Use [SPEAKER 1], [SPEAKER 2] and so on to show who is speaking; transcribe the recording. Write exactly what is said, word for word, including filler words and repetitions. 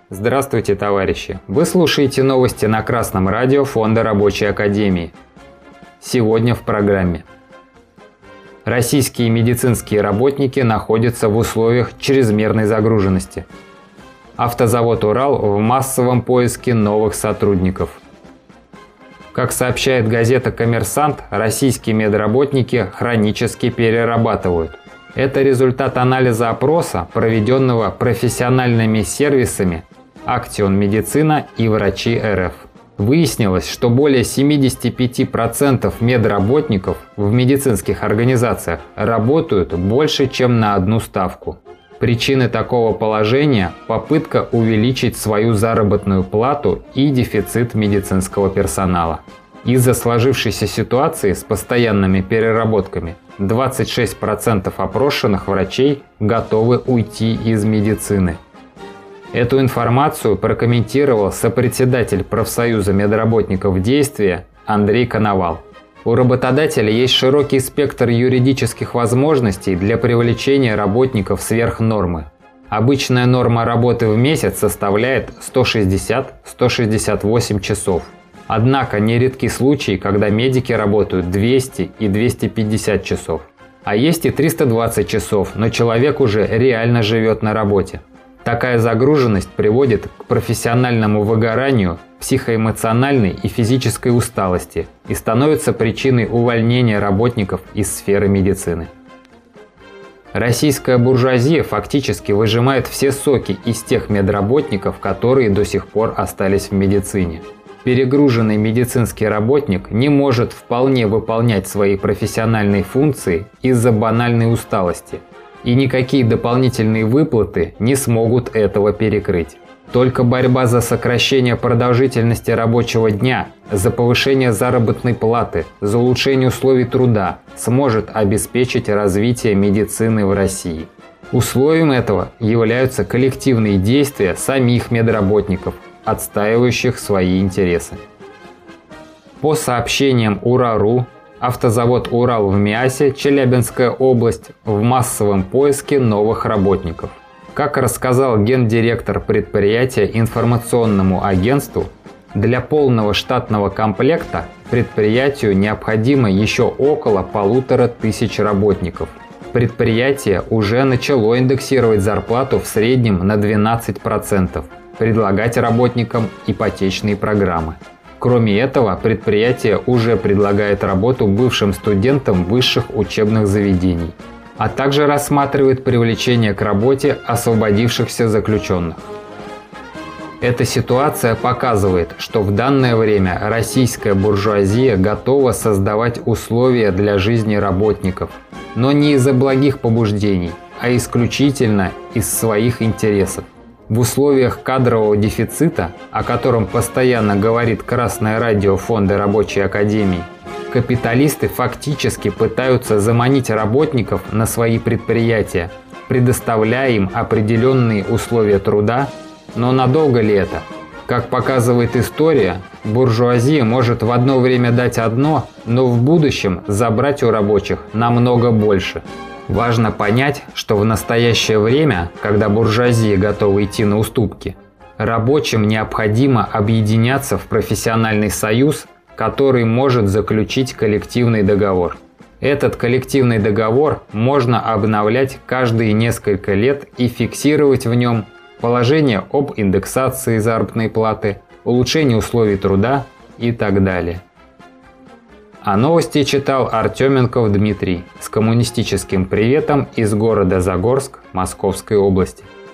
[SPEAKER 1] Здравствуйте, товарищи! Вы слушаете новости на Красном радио Фонда Рабочей Академии. Сегодня в программе. Российские медицинские работники находятся в условиях чрезмерной загруженности. Автозавод «Урал» в массовом поиске новых сотрудников. Как сообщает газета «Коммерсант», российские медработники хронически перерабатывают. Это результат анализа опроса, проведенного профессиональными сервисами Action Медицина и Врачи эр эф. Выяснилось, что более семьдесят пять процентов медработников в медицинских организациях работают больше, чем на одну ставку. Причины такого положения – попытка увеличить свою заработную плату и дефицит медицинского персонала. Из-за сложившейся ситуации с постоянными переработками двадцать шесть процентов опрошенных врачей готовы уйти из медицины. Эту информацию прокомментировал сопредседатель профсоюза медработников «Действия» Андрей Коновал. У работодателя есть широкий спектр юридических возможностей для привлечения работников сверх нормы. Обычная норма работы в месяц составляет сто шестьдесят — сто шестьдесят восемь часов. Однако нередки случаи, когда медики работают двести и двести пятьдесят часов. А есть и триста двадцать часов, но человек уже реально живет на работе. Такая загруженность приводит к профессиональному выгоранию, психоэмоциональной и физической усталости и становится причиной увольнения работников из сферы медицины. Российская буржуазия фактически выжимает все соки из тех медработников, которые до сих пор остались в медицине. Перегруженный медицинский работник не может вполне выполнять свои профессиональные функции из-за банальной усталости. И никакие дополнительные выплаты не смогут этого перекрыть. Только борьба за сокращение продолжительности рабочего дня, за повышение заработной платы, за улучшение условий труда сможет обеспечить развитие медицины в России. Условием этого являются коллективные действия самих медработников, отстаивающих свои интересы. По сообщениям УРА.ру, автозавод «Урал» в Миасе, Челябинская область, в массовом поиске новых работников. Как рассказал гендиректор предприятия информационному агентству, для полного штатного комплекта предприятию необходимо еще около полутора тысяч работников. Предприятие уже начало индексировать зарплату в среднем на двенадцать процентов, предлагать работникам ипотечные программы. Кроме этого, предприятие уже предлагает работу бывшим студентам высших учебных заведений, а также рассматривает привлечение к работе освободившихся заключенных. Эта ситуация показывает, что в данное время российская буржуазия готова создавать условия для жизни работников, но не из-за благих побуждений, а исключительно из своих интересов. В условиях кадрового дефицита, о котором постоянно говорит Красное радио Фонда Рабочей Академии, капиталисты фактически пытаются заманить работников на свои предприятия, предоставляя им определенные условия труда, но надолго ли это? Как показывает история, буржуазия может в одно время дать одно, но в будущем забрать у рабочих намного больше. Важно понять, что в настоящее время, когда буржуазия готова идти на уступки, рабочим необходимо объединяться в профессиональный союз, который может заключить коллективный договор. Этот коллективный договор можно обновлять каждые несколько лет и фиксировать в нем положение об индексации заработной платы, улучшении условий труда и так далее. А новости читал Артеменков Дмитрий с коммунистическим приветом из города Загорск Московской области.